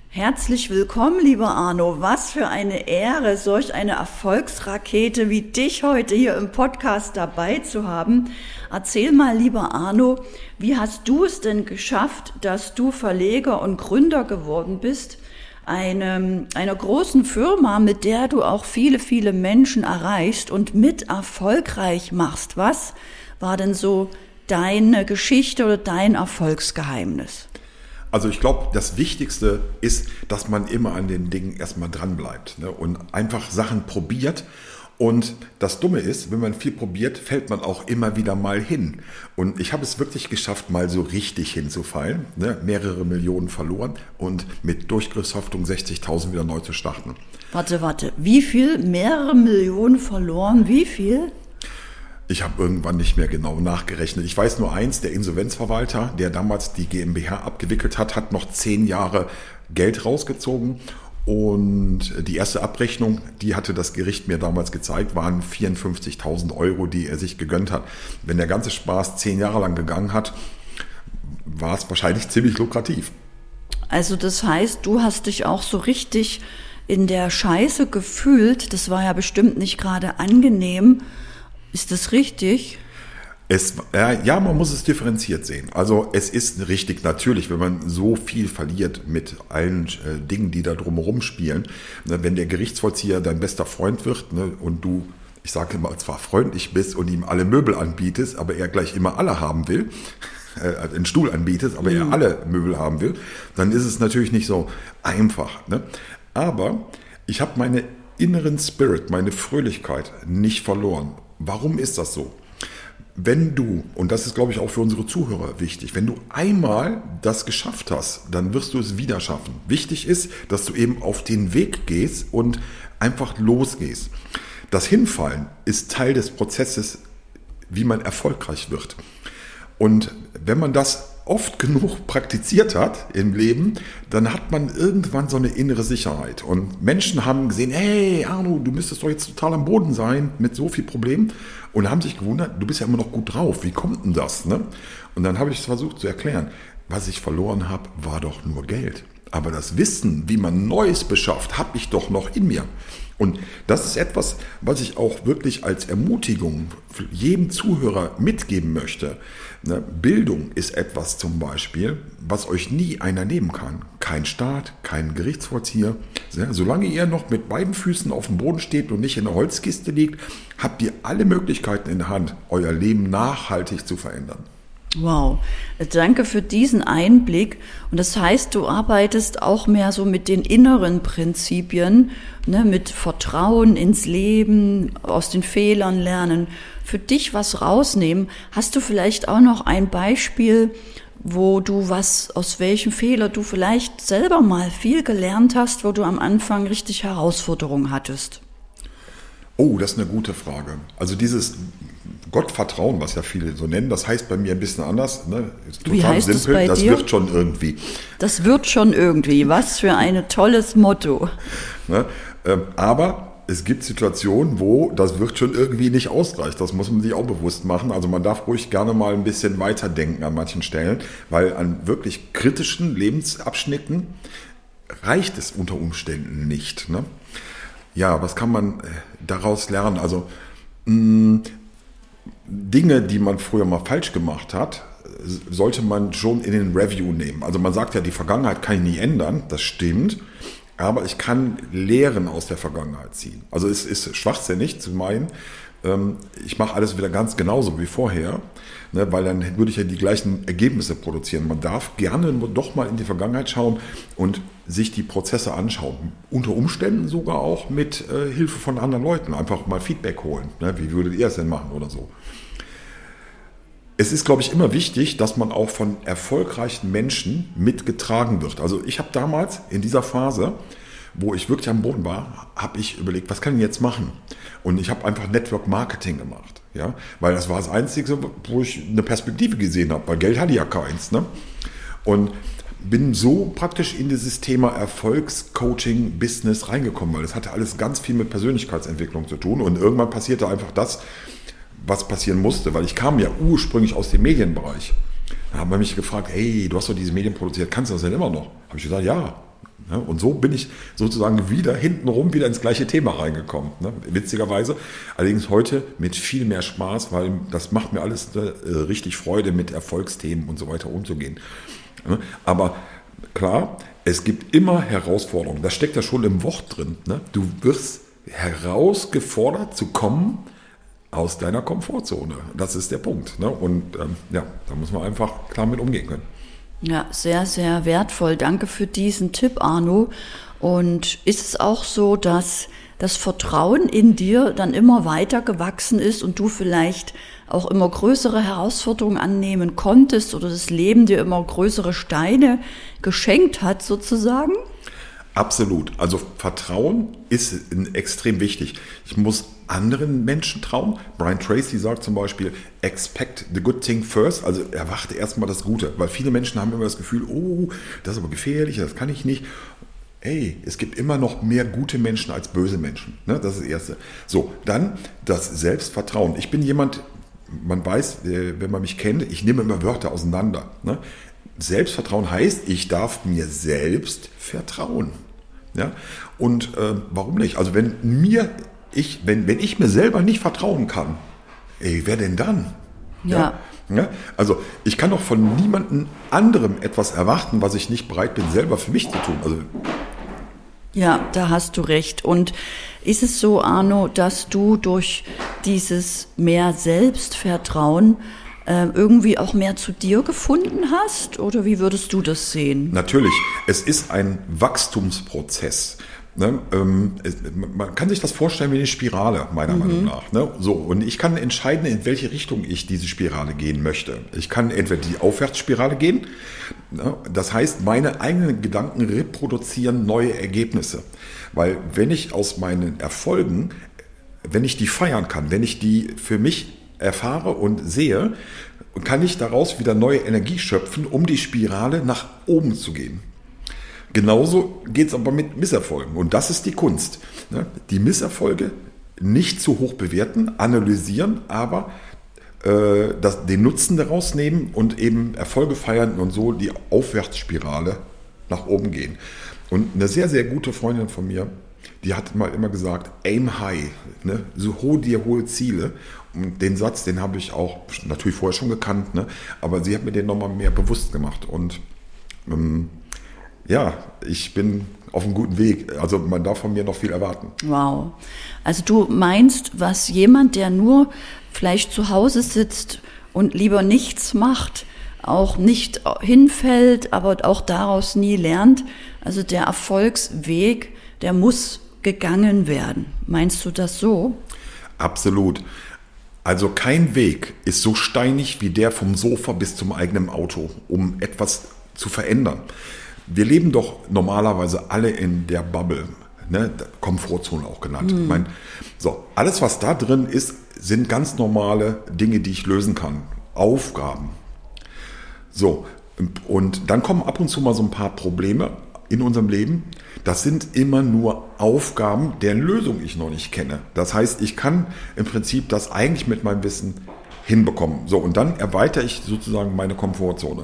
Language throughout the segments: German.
Herzlich willkommen, lieber Arno. Was für eine Ehre, solch eine Erfolgsrakete wie dich heute hier im Podcast dabei zu haben. Erzähl mal, lieber Arno, wie hast du es denn geschafft, dass du Verleger und Gründer geworden bist, einer großen Firma, mit der du auch viele, viele Menschen erreichst und mit erfolgreich machst? Was war denn so deine Geschichte oder dein Erfolgsgeheimnis? Also ich glaube, das Wichtigste ist, dass man immer an den Dingen erstmal dran bleibt, ne? Und einfach Sachen probiert. Und das Dumme ist, wenn man viel probiert, fällt man auch immer wieder mal hin. Und ich habe es wirklich geschafft, mal so richtig hinzufallen, ne? Mehrere Millionen verloren und mit Durchgriffshaftung 60.000 wieder neu zu starten. Warte, wie viel? Mehrere Millionen verloren? Wie viel? Ich habe irgendwann nicht mehr genau nachgerechnet. Ich weiß nur eins, der Insolvenzverwalter, der damals die GmbH abgewickelt hat, hat noch 10 Jahre Geld rausgezogen. Und die erste Abrechnung, die hatte das Gericht mir damals gezeigt, waren 54.000 Euro, die er sich gegönnt hat. Wenn der ganze Spaß 10 Jahre lang gegangen hat, war es wahrscheinlich ziemlich lukrativ. Also das heißt, du hast dich auch so richtig in der Scheiße gefühlt. Das war ja bestimmt nicht gerade angenehm. Ist das richtig? Ja, man muss es differenziert sehen. Also es ist richtig natürlich, wenn man so viel verliert mit allen Dingen, die da drumherum spielen. Ne, wenn der Gerichtsvollzieher dein bester Freund wird, ne, und du, ich sage immer, zwar freundlich bist und ihm alle Möbel anbietest, aber er gleich immer alle haben will, einen Stuhl anbietest, aber er alle Möbel haben will, dann ist es natürlich nicht so einfach. Ne? Aber ich habe meine inneren Spirit, meine Fröhlichkeit nicht verloren. Warum ist das so? Wenn du, und das ist, glaube ich, auch für unsere Zuhörer wichtig, wenn du einmal das geschafft hast, dann wirst du es wieder schaffen. Wichtig ist, dass du eben auf den Weg gehst und einfach losgehst. Das Hinfallen ist Teil des Prozesses, wie man erfolgreich wird. Und wenn man das oft genug praktiziert hat im Leben, dann hat man irgendwann so eine innere Sicherheit. Und Menschen haben gesehen, hey Arno, du müsstest doch jetzt total am Boden sein mit so viel Problemen. Und haben sich gewundert, du bist ja immer noch gut drauf, wie kommt denn das? Ne? Und dann habe ich es versucht zu erklären, was ich verloren habe, war doch nur Geld. Aber das Wissen, wie man Neues beschafft, habe ich doch noch in mir. Und das ist etwas, was ich auch wirklich als Ermutigung jedem Zuhörer mitgeben möchte. Bildung ist etwas zum Beispiel, was euch nie einer nehmen kann. Kein Staat, kein Gerichtsvollzieher. Solange ihr noch mit beiden Füßen auf dem Boden steht und nicht in der Holzkiste liegt, habt ihr alle Möglichkeiten in der Hand, euer Leben nachhaltig zu verändern. Wow, danke für diesen Einblick. Und das heißt, du arbeitest auch mehr so mit den inneren Prinzipien, ne, mit Vertrauen ins Leben, aus den Fehlern lernen, für dich was rausnehmen. Hast du vielleicht auch noch ein Beispiel, wo du aus welchem Fehler du vielleicht selber mal viel gelernt hast, wo du am Anfang richtig Herausforderungen hattest? Oh, das ist eine gute Frage. Also dieses Gottvertrauen, was ja viele so nennen, das heißt bei mir ein bisschen anders. Ne? Ist total Wie heißt simpel, es bei das dir? wird schon irgendwie. Das wird schon irgendwie. Was für ein tolles Motto. Ne? Aber es gibt Situationen, wo das wird schon irgendwie nicht ausreicht. Das muss man sich auch bewusst machen. Also man darf ruhig gerne mal ein bisschen weiterdenken an manchen Stellen, weil an wirklich kritischen Lebensabschnitten reicht es unter Umständen nicht. Ne? Ja, was kann man daraus lernen? Also Dinge, die man früher mal falsch gemacht hat, sollte man schon in den Review nehmen. Also man sagt ja, die Vergangenheit kann ich nie ändern, das stimmt, aber ich kann Lehren aus der Vergangenheit ziehen. Also es ist schwachsinnig zu meinen, ich mache alles wieder ganz genauso wie vorher, ne, weil dann würde ich ja die gleichen Ergebnisse produzieren. Man darf gerne doch mal in die Vergangenheit schauen und sich die Prozesse anschauen. Unter Umständen sogar auch mit Hilfe von anderen Leuten. Einfach mal Feedback holen. Ne, wie würdet ihr es denn machen oder so? Es ist, glaube ich, immer wichtig, dass man auch von erfolgreichen Menschen mitgetragen wird. Also ich habe damals in dieser Phase, wo ich wirklich am Boden war, habe ich überlegt, was kann ich jetzt machen? Und ich habe einfach Network Marketing gemacht, ja, weil das war das Einzige, wo ich eine Perspektive gesehen habe, weil Geld hatte ja keins, ne? Und bin so praktisch in dieses Thema Erfolgscoaching, Business reingekommen, weil das hatte alles ganz viel mit Persönlichkeitsentwicklung zu tun und irgendwann passierte einfach das, was passieren musste, weil ich kam ja ursprünglich aus dem Medienbereich. Da haben wir mich gefragt, hey, du hast doch diese Medien produziert, kannst du das denn immer noch? Habe ich gesagt, ja, Ja, und so bin ich sozusagen wieder ins gleiche Thema reingekommen. Ne? Witzigerweise. Allerdings heute mit viel mehr Spaß, weil das macht mir alles richtig Freude, mit Erfolgsthemen und so weiter umzugehen. Ja, aber klar, es gibt immer Herausforderungen. Das steckt ja schon im Wort drin. Ne? Du wirst herausgefordert zu kommen aus deiner Komfortzone. Das ist der Punkt. Ne? Und da muss man einfach klar mit umgehen können. Ja, sehr, sehr wertvoll. Danke für diesen Tipp, Arno. Und ist es auch so, dass das Vertrauen in dir dann immer weiter gewachsen ist und du vielleicht auch immer größere Herausforderungen annehmen konntest oder das Leben dir immer größere Steine geschenkt hat sozusagen? Absolut. Also Vertrauen ist extrem wichtig. Ich muss anderen Menschen trauen. Brian Tracy sagt zum Beispiel, expect the good thing first, also erwarte erstmal das Gute, weil viele Menschen haben immer das Gefühl, oh, das ist aber gefährlich, das kann ich nicht. Hey, es gibt immer noch mehr gute Menschen als böse Menschen. Ne? Das ist das Erste. So, dann das Selbstvertrauen. Ich bin jemand, man weiß, wenn man mich kennt, ich nehme immer Wörter auseinander. Ne? Selbstvertrauen heißt, ich darf mir selbst vertrauen. Ja? Und warum nicht? Also wenn ich mir selber nicht vertrauen kann, wer denn dann? Ja. Also ich kann doch von niemandem anderem etwas erwarten, was ich nicht bereit bin, selber für mich zu tun. Also ja, da hast du recht. Und ist es so, Arno, dass du durch dieses mehr Selbstvertrauen irgendwie auch mehr zu dir gefunden hast? Oder wie würdest du das sehen? Natürlich, es ist ein Wachstumsprozess. Ne? Man kann sich das vorstellen wie eine Spirale, meiner Meinung nach. Ne? So, und ich kann entscheiden, in welche Richtung ich diese Spirale gehen möchte. Ich kann entweder die Aufwärtsspirale gehen, ne? Das heißt, meine eigenen Gedanken reproduzieren neue Ergebnisse. Weil wenn ich aus meinen Erfolgen, wenn ich die feiern kann, wenn ich die für mich erfahre und sehe, kann ich daraus wieder neue Energie schöpfen, um die Spirale nach oben zu gehen. Genauso geht es aber mit Misserfolgen. Und das ist die Kunst. Die Misserfolge nicht zu hoch bewerten, analysieren, aber den Nutzen daraus nehmen und eben Erfolge feiern und so die Aufwärtsspirale nach oben gehen. Und eine sehr, sehr gute Freundin von mir, die hat mal immer gesagt, aim high, ne? So hohe Ziele. Und den Satz, den habe ich auch natürlich vorher schon gekannt, ne? Aber sie hat mir den nochmal mehr bewusst gemacht. Und ich bin auf einem guten Weg. Also man darf von mir noch viel erwarten. Wow. Also du meinst, was jemand, der nur vielleicht zu Hause sitzt und lieber nichts macht, auch nicht hinfällt, aber auch daraus nie lernt, also der Erfolgsweg, der muss gegangen werden. Meinst du das so? Absolut. Also kein Weg ist so steinig wie der vom Sofa bis zum eigenen Auto, um etwas zu verändern. Wir leben doch normalerweise alle in der Bubble, ne? Komfortzone auch genannt. Ich meine, alles, was da drin ist, sind ganz normale Dinge, die ich lösen kann. Aufgaben. So, und dann kommen ab und zu mal so ein paar Probleme in unserem Leben. Das sind immer nur Aufgaben, deren Lösung ich noch nicht kenne. Das heißt, ich kann im Prinzip das eigentlich mit meinem Wissen hinbekommen. So, und dann erweitere ich sozusagen meine Komfortzone.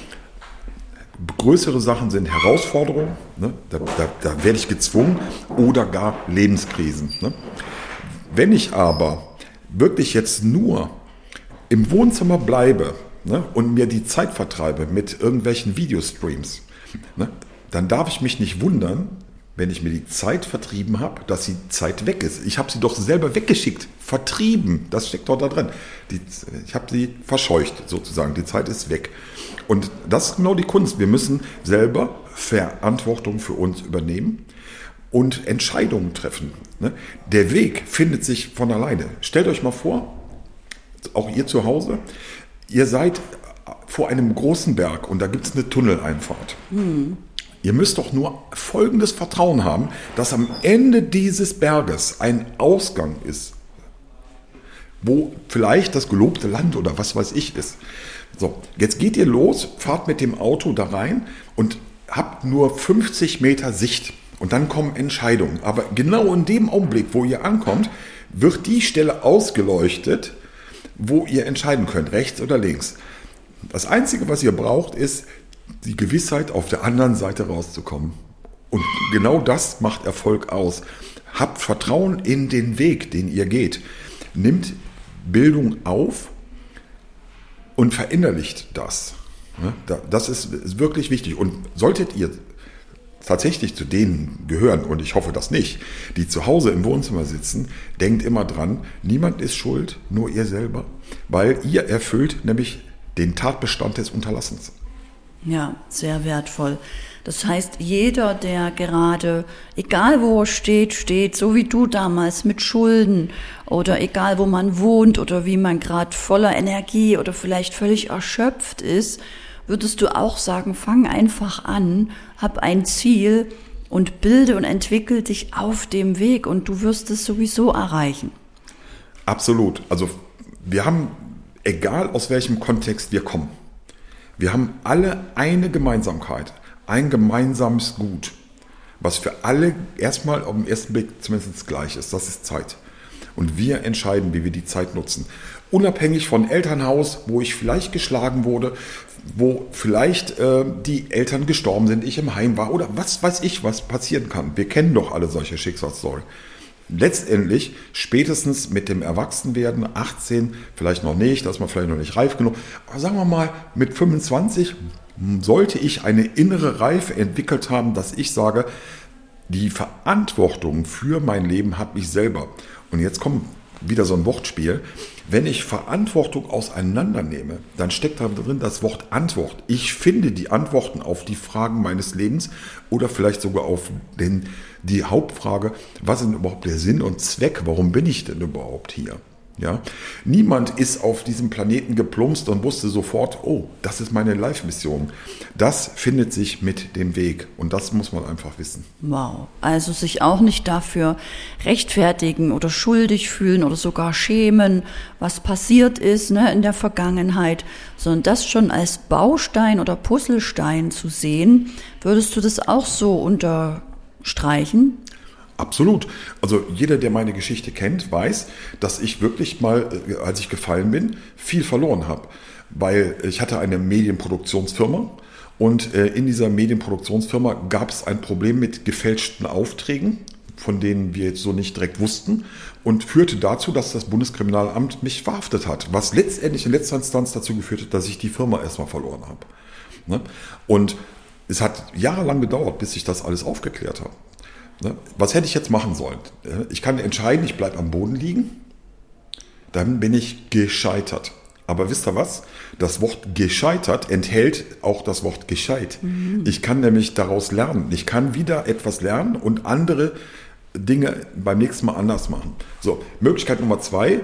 Größere Sachen sind Herausforderungen, ne? Da werde ich gezwungen, oder gar Lebenskrisen. Ne? Wenn ich aber wirklich jetzt nur im Wohnzimmer bleibe, ne, und mir die Zeit vertreibe mit irgendwelchen Videostreams, ne, dann darf ich mich nicht wundern, wenn ich mir die Zeit vertrieben habe, dass die Zeit weg ist. Ich habe sie doch selber weggeschickt, vertrieben, das steckt dort da drin. Ich habe sie verscheucht sozusagen, die Zeit ist weg. Und das ist genau die Kunst. Wir müssen selber Verantwortung für uns übernehmen und Entscheidungen treffen. Ne? Der Weg findet sich von alleine. Stellt euch mal vor, auch ihr zu Hause, ihr seid vor einem großen Berg und da gibt es eine Tunneleinfahrt. Ihr müsst doch nur folgendes Vertrauen haben, dass am Ende dieses Berges ein Ausgang ist, wo vielleicht das gelobte Land oder was weiß ich ist. So, jetzt geht ihr los, fahrt mit dem Auto da rein und habt nur 50 Meter Sicht. Und dann kommen Entscheidungen. Aber genau in dem Augenblick, wo ihr ankommt, wird die Stelle ausgeleuchtet, wo ihr entscheiden könnt, rechts oder links. Das Einzige, was ihr braucht, ist die Gewissheit, auf der anderen Seite rauszukommen. Und genau das macht Erfolg aus. Habt Vertrauen in den Weg, den ihr geht. Nimmt Bildung auf und verinnerlicht das. Das ist wirklich wichtig. Und solltet ihr tatsächlich zu denen gehören, und ich hoffe das nicht, die zu Hause im Wohnzimmer sitzen, denkt immer dran, niemand ist schuld, nur ihr selber, weil ihr erfüllt nämlich den Tatbestand des Unterlassens. Ja, sehr wertvoll. Das heißt, jeder, der gerade, egal wo er steht, so wie du damals mit Schulden oder egal wo man wohnt oder wie man gerade voller Energie oder vielleicht völlig erschöpft ist, würdest du auch sagen, fang einfach an, hab ein Ziel und bilde und entwickel dich auf dem Weg und du wirst es sowieso erreichen. Absolut. Also wir haben, egal aus welchem Kontext wir kommen, wir haben alle eine Gemeinsamkeit, ein gemeinsames Gut, was für alle erstmal auf den ersten Blick zumindest gleich ist. Das ist Zeit. Und wir entscheiden, wie wir die Zeit nutzen. Unabhängig von Elternhaus, wo ich vielleicht geschlagen wurde, wo vielleicht die Eltern gestorben sind, ich im Heim war oder was weiß ich, was passieren kann. Wir kennen doch alle solche Schicksalsstory. Letztendlich, spätestens mit dem Erwachsenwerden, 18, vielleicht noch nicht, da ist man vielleicht noch nicht reif genug, aber sagen wir mal, mit 25 sollte ich eine innere Reife entwickelt haben, dass ich sage, die Verantwortung für mein Leben habe ich selber. Und jetzt kommt wieder so ein Wortspiel. Wenn ich Verantwortung auseinandernehme, dann steckt da drin das Wort Antwort. Ich finde die Antworten auf die Fragen meines Lebens oder vielleicht sogar auf die Hauptfrage, was ist denn überhaupt der Sinn und Zweck? Warum bin ich denn überhaupt hier? Ja? Niemand ist auf diesem Planeten geplumpst und wusste sofort, oh, das ist meine Life-Mission. Das findet sich mit dem Weg und das muss man einfach wissen. Wow, also sich auch nicht dafür rechtfertigen oder schuldig fühlen oder sogar schämen, was passiert ist, ne, in der Vergangenheit, sondern das schon als Baustein oder Puzzlestein zu sehen. Würdest du das auch so unterstreichen? Absolut. Also jeder, der meine Geschichte kennt, weiß, dass ich wirklich mal, als ich gefallen bin, viel verloren habe. Weil ich hatte eine Medienproduktionsfirma und in dieser Medienproduktionsfirma gab es ein Problem mit gefälschten Aufträgen, von denen wir jetzt so nicht direkt wussten und führte dazu, dass das Bundeskriminalamt mich verhaftet hat, was letztendlich in letzter Instanz dazu geführt hat, dass ich die Firma erstmal verloren habe. Und es hat jahrelang gedauert, bis ich das alles aufgeklärt habe. Was hätte ich jetzt machen sollen? Ich kann entscheiden, ich bleibe am Boden liegen, dann bin ich gescheitert. Aber wisst ihr was? Das Wort gescheitert enthält auch das Wort gescheit. Ich kann nämlich daraus lernen. Ich kann wieder etwas lernen und andere Dinge beim nächsten Mal anders machen. So, Möglichkeit Nummer 2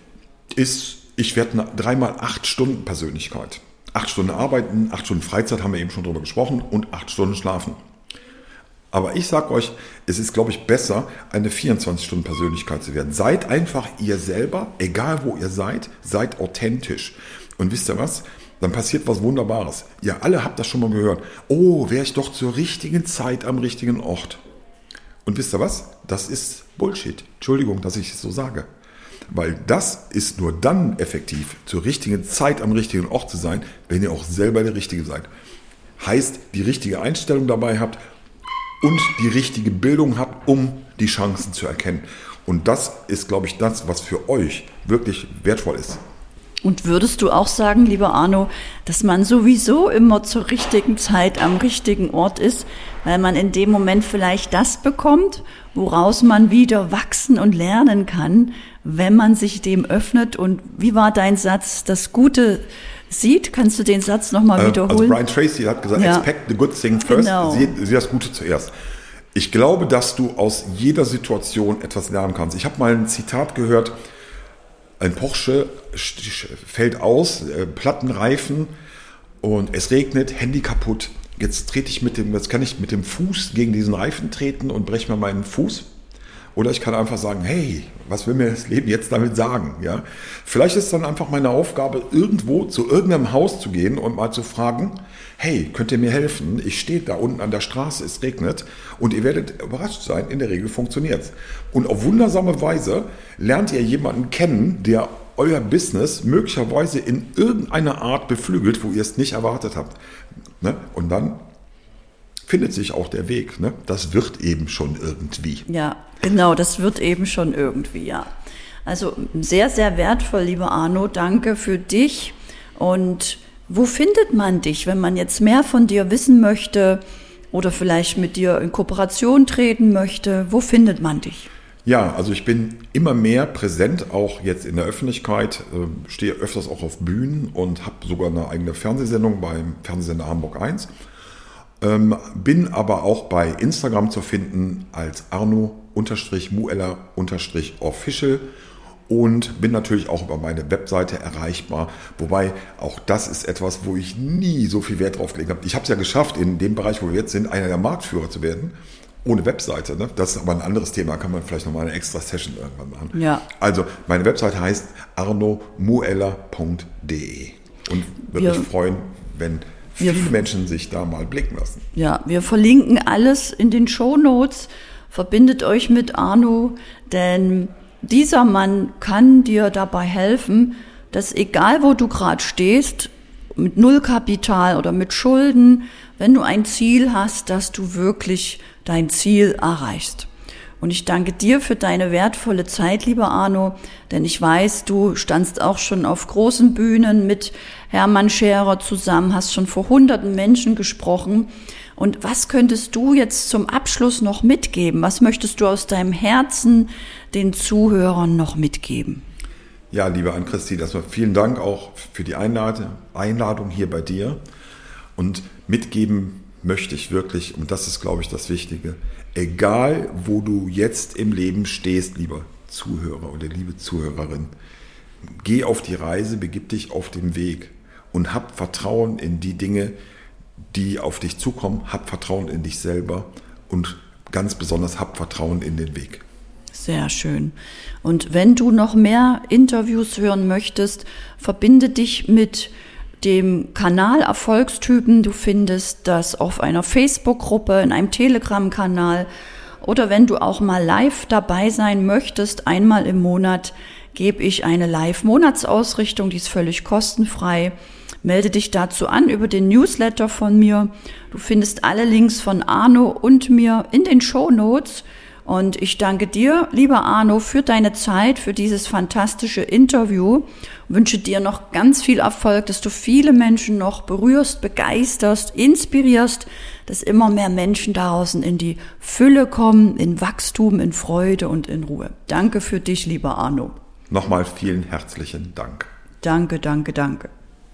ist, ich werde 3x 8 Stunden Persönlichkeit. 8 Stunden arbeiten, 8 Stunden Freizeit, haben wir eben schon drüber gesprochen, und 8 Stunden schlafen. Aber ich sage euch, es ist, glaube ich, besser, eine 24-Stunden-Persönlichkeit zu werden. Seid einfach ihr selber, egal wo ihr seid authentisch. Und wisst ihr was? Dann passiert was Wunderbares. Ihr alle habt das schon mal gehört. Oh, wäre ich doch zur richtigen Zeit am richtigen Ort. Und wisst ihr was? Das ist Bullshit. Entschuldigung, dass ich es so sage. Weil das ist nur dann effektiv, zur richtigen Zeit am richtigen Ort zu sein, wenn ihr auch selber der Richtige seid. Heißt, die richtige Einstellung dabei habt und die richtige Bildung habt, um die Chancen zu erkennen. Und das ist, glaube ich, das, was für euch wirklich wertvoll ist. Und würdest du auch sagen, lieber Arno, dass man sowieso immer zur richtigen Zeit am richtigen Ort ist, weil man in dem Moment vielleicht das bekommt, woraus man wieder wachsen und lernen kann, wenn man sich dem öffnet? Und wie war dein Satz, das Gute sieht? Kannst du den Satz nochmal wiederholen? Also Brian Tracy hat gesagt, expect the good thing first, genau. sieh das Gute zuerst. Ich glaube, dass du aus jeder Situation etwas lernen kannst. Ich habe mal ein Zitat gehört, ein Porsche fällt aus, Plattenreifen und es regnet, Handy kaputt. Jetzt kann ich mit dem Fuß gegen diesen Reifen treten und breche mir meinen Fuß. Oder ich kann einfach sagen, hey, was will mir das Leben jetzt damit sagen? Ja? Vielleicht ist dann einfach meine Aufgabe, irgendwo zu irgendeinem Haus zu gehen und mal zu fragen, hey, könnt ihr mir helfen? Ich stehe da unten an der Straße, es regnet und ihr werdet überrascht sein, in der Regel funktioniert es. Und auf wundersame Weise lernt ihr jemanden kennen, der euer Business möglicherweise in irgendeiner Art beflügelt, wo ihr es nicht erwartet habt. Ne? Und dann findet sich auch der Weg. Ne? Das wird eben schon irgendwie. Ja, genau, das wird eben schon irgendwie, ja. Also sehr, sehr wertvoll, lieber Arno. Danke für dich. Und wo findet man dich, wenn man jetzt mehr von dir wissen möchte oder vielleicht mit dir in Kooperation treten möchte? Wo findet man dich? Ja, also ich bin immer mehr präsent, auch jetzt in der Öffentlichkeit, stehe öfters auch auf Bühnen und habe sogar eine eigene Fernsehsendung beim Fernsehsender Hamburg 1. Bin aber auch bei Instagram zu finden als Arno_Mueller_Official. Und bin natürlich auch über meine Webseite erreichbar, wobei auch das ist etwas, wo ich nie so viel Wert drauf gelegt habe. Ich habe es ja geschafft, in dem Bereich, wo wir jetzt sind, einer der Marktführer zu werden, ohne Webseite. Ne? Das ist aber ein anderes Thema, kann man vielleicht nochmal eine extra Session irgendwann machen. Ja. Also meine Webseite heißt arnomueller.de und würde mich freuen, wenn viele Menschen sich da mal blicken lassen. Ja, wir verlinken alles in den Shownotes. Verbindet euch mit Arno, denn dieser Mann kann dir dabei helfen, dass egal wo du gerade stehst, mit Nullkapital oder mit Schulden, wenn du ein Ziel hast, dass du wirklich dein Ziel erreichst. Und ich danke dir für deine wertvolle Zeit, lieber Arno, denn ich weiß, du standst auch schon auf großen Bühnen mit Hermann Scherer zusammen, hast schon vor hunderten Menschen gesprochen. Und was könntest du jetzt zum Abschluss noch mitgeben? Was möchtest du aus deinem Herzen den Zuhörern noch mitgeben? Ja, liebe Ann-Christine, erstmal vielen Dank auch für die Einladung hier bei dir. Und mitgeben möchte ich wirklich, und das ist, glaube ich, das Wichtige, egal wo du jetzt im Leben stehst, lieber Zuhörer oder liebe Zuhörerin, geh auf die Reise, begib dich auf den Weg und hab Vertrauen in die Dinge, die auf dich zukommen, hab Vertrauen in dich selber und ganz besonders hab Vertrauen in den Weg. Sehr schön. Und wenn du noch mehr Interviews hören möchtest, verbinde dich mit dem Kanal Erfolgstypen. Du findest das auf einer Facebook-Gruppe, in einem Telegram-Kanal oder wenn du auch mal live dabei sein möchtest, einmal im Monat gebe ich eine Live-Monatsausrichtung, die ist völlig kostenfrei. Melde dich dazu an über den Newsletter von mir. Du findest alle Links von Arno und mir in den Shownotes. Und ich danke dir, lieber Arno, für deine Zeit, für dieses fantastische Interview. Wünsche dir noch ganz viel Erfolg, dass du viele Menschen noch berührst, begeisterst, inspirierst, dass immer mehr Menschen draußen in die Fülle kommen, in Wachstum, in Freude und in Ruhe. Danke für dich, lieber Arno. Nochmal vielen herzlichen Dank. Danke, danke, danke.